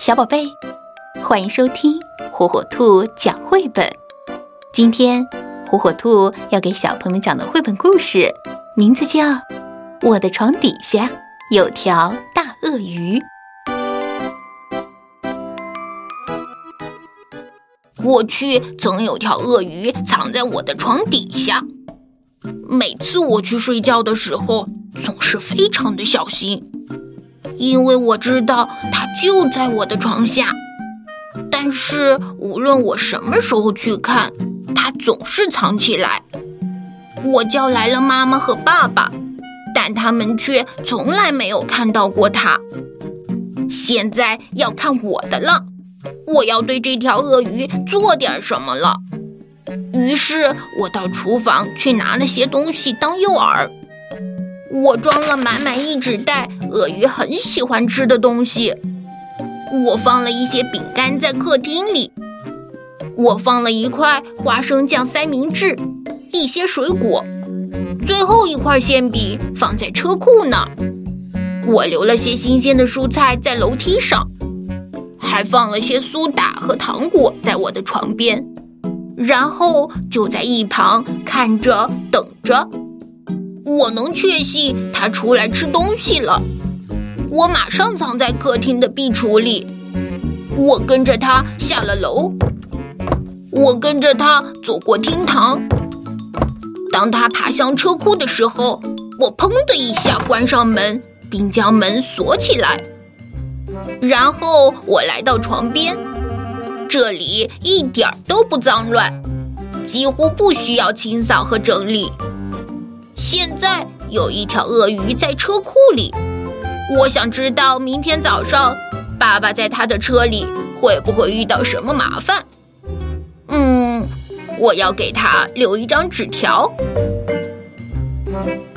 小宝贝，欢迎收听火火兔讲绘本。今天火火兔要给小朋友们讲的绘本故事名字叫《我的床底下有条大鳄鱼》。 过去曾有条鳄鱼藏在我的床底下，每次我去睡觉的时候总是非常的小心，因为我知道它就在我的床下。但是无论我什么时候去看，它总是藏起来。我叫来了妈妈和爸爸，但他们却从来没有看到过它。现在要看我的了，我要对这条鳄鱼做点什么了。于是我到厨房去拿了些东西当诱饵。我装了满满一纸袋鳄鱼很喜欢吃的东西。我放了一些饼干在客厅里，我放了一块花生酱三明治，一些水果，最后一块馅饼放在车库那儿。我留了些新鲜的蔬菜在楼梯上，还放了些苏打和糖果在我的床边，然后就在一旁看着等着。我能确信他出来吃东西了，我马上藏在客厅的壁橱里。我跟着他下了楼，我跟着他走过厅堂。当他爬向车库的时候，我砰的一下关上门，并将门锁起来。然后我来到床边，这里一点都不脏乱，几乎不需要清扫和整理。现在有一条鳄鱼在车库里，我想知道明天早上爸爸在他的车里会不会遇到什么麻烦。我要给他留一张纸条。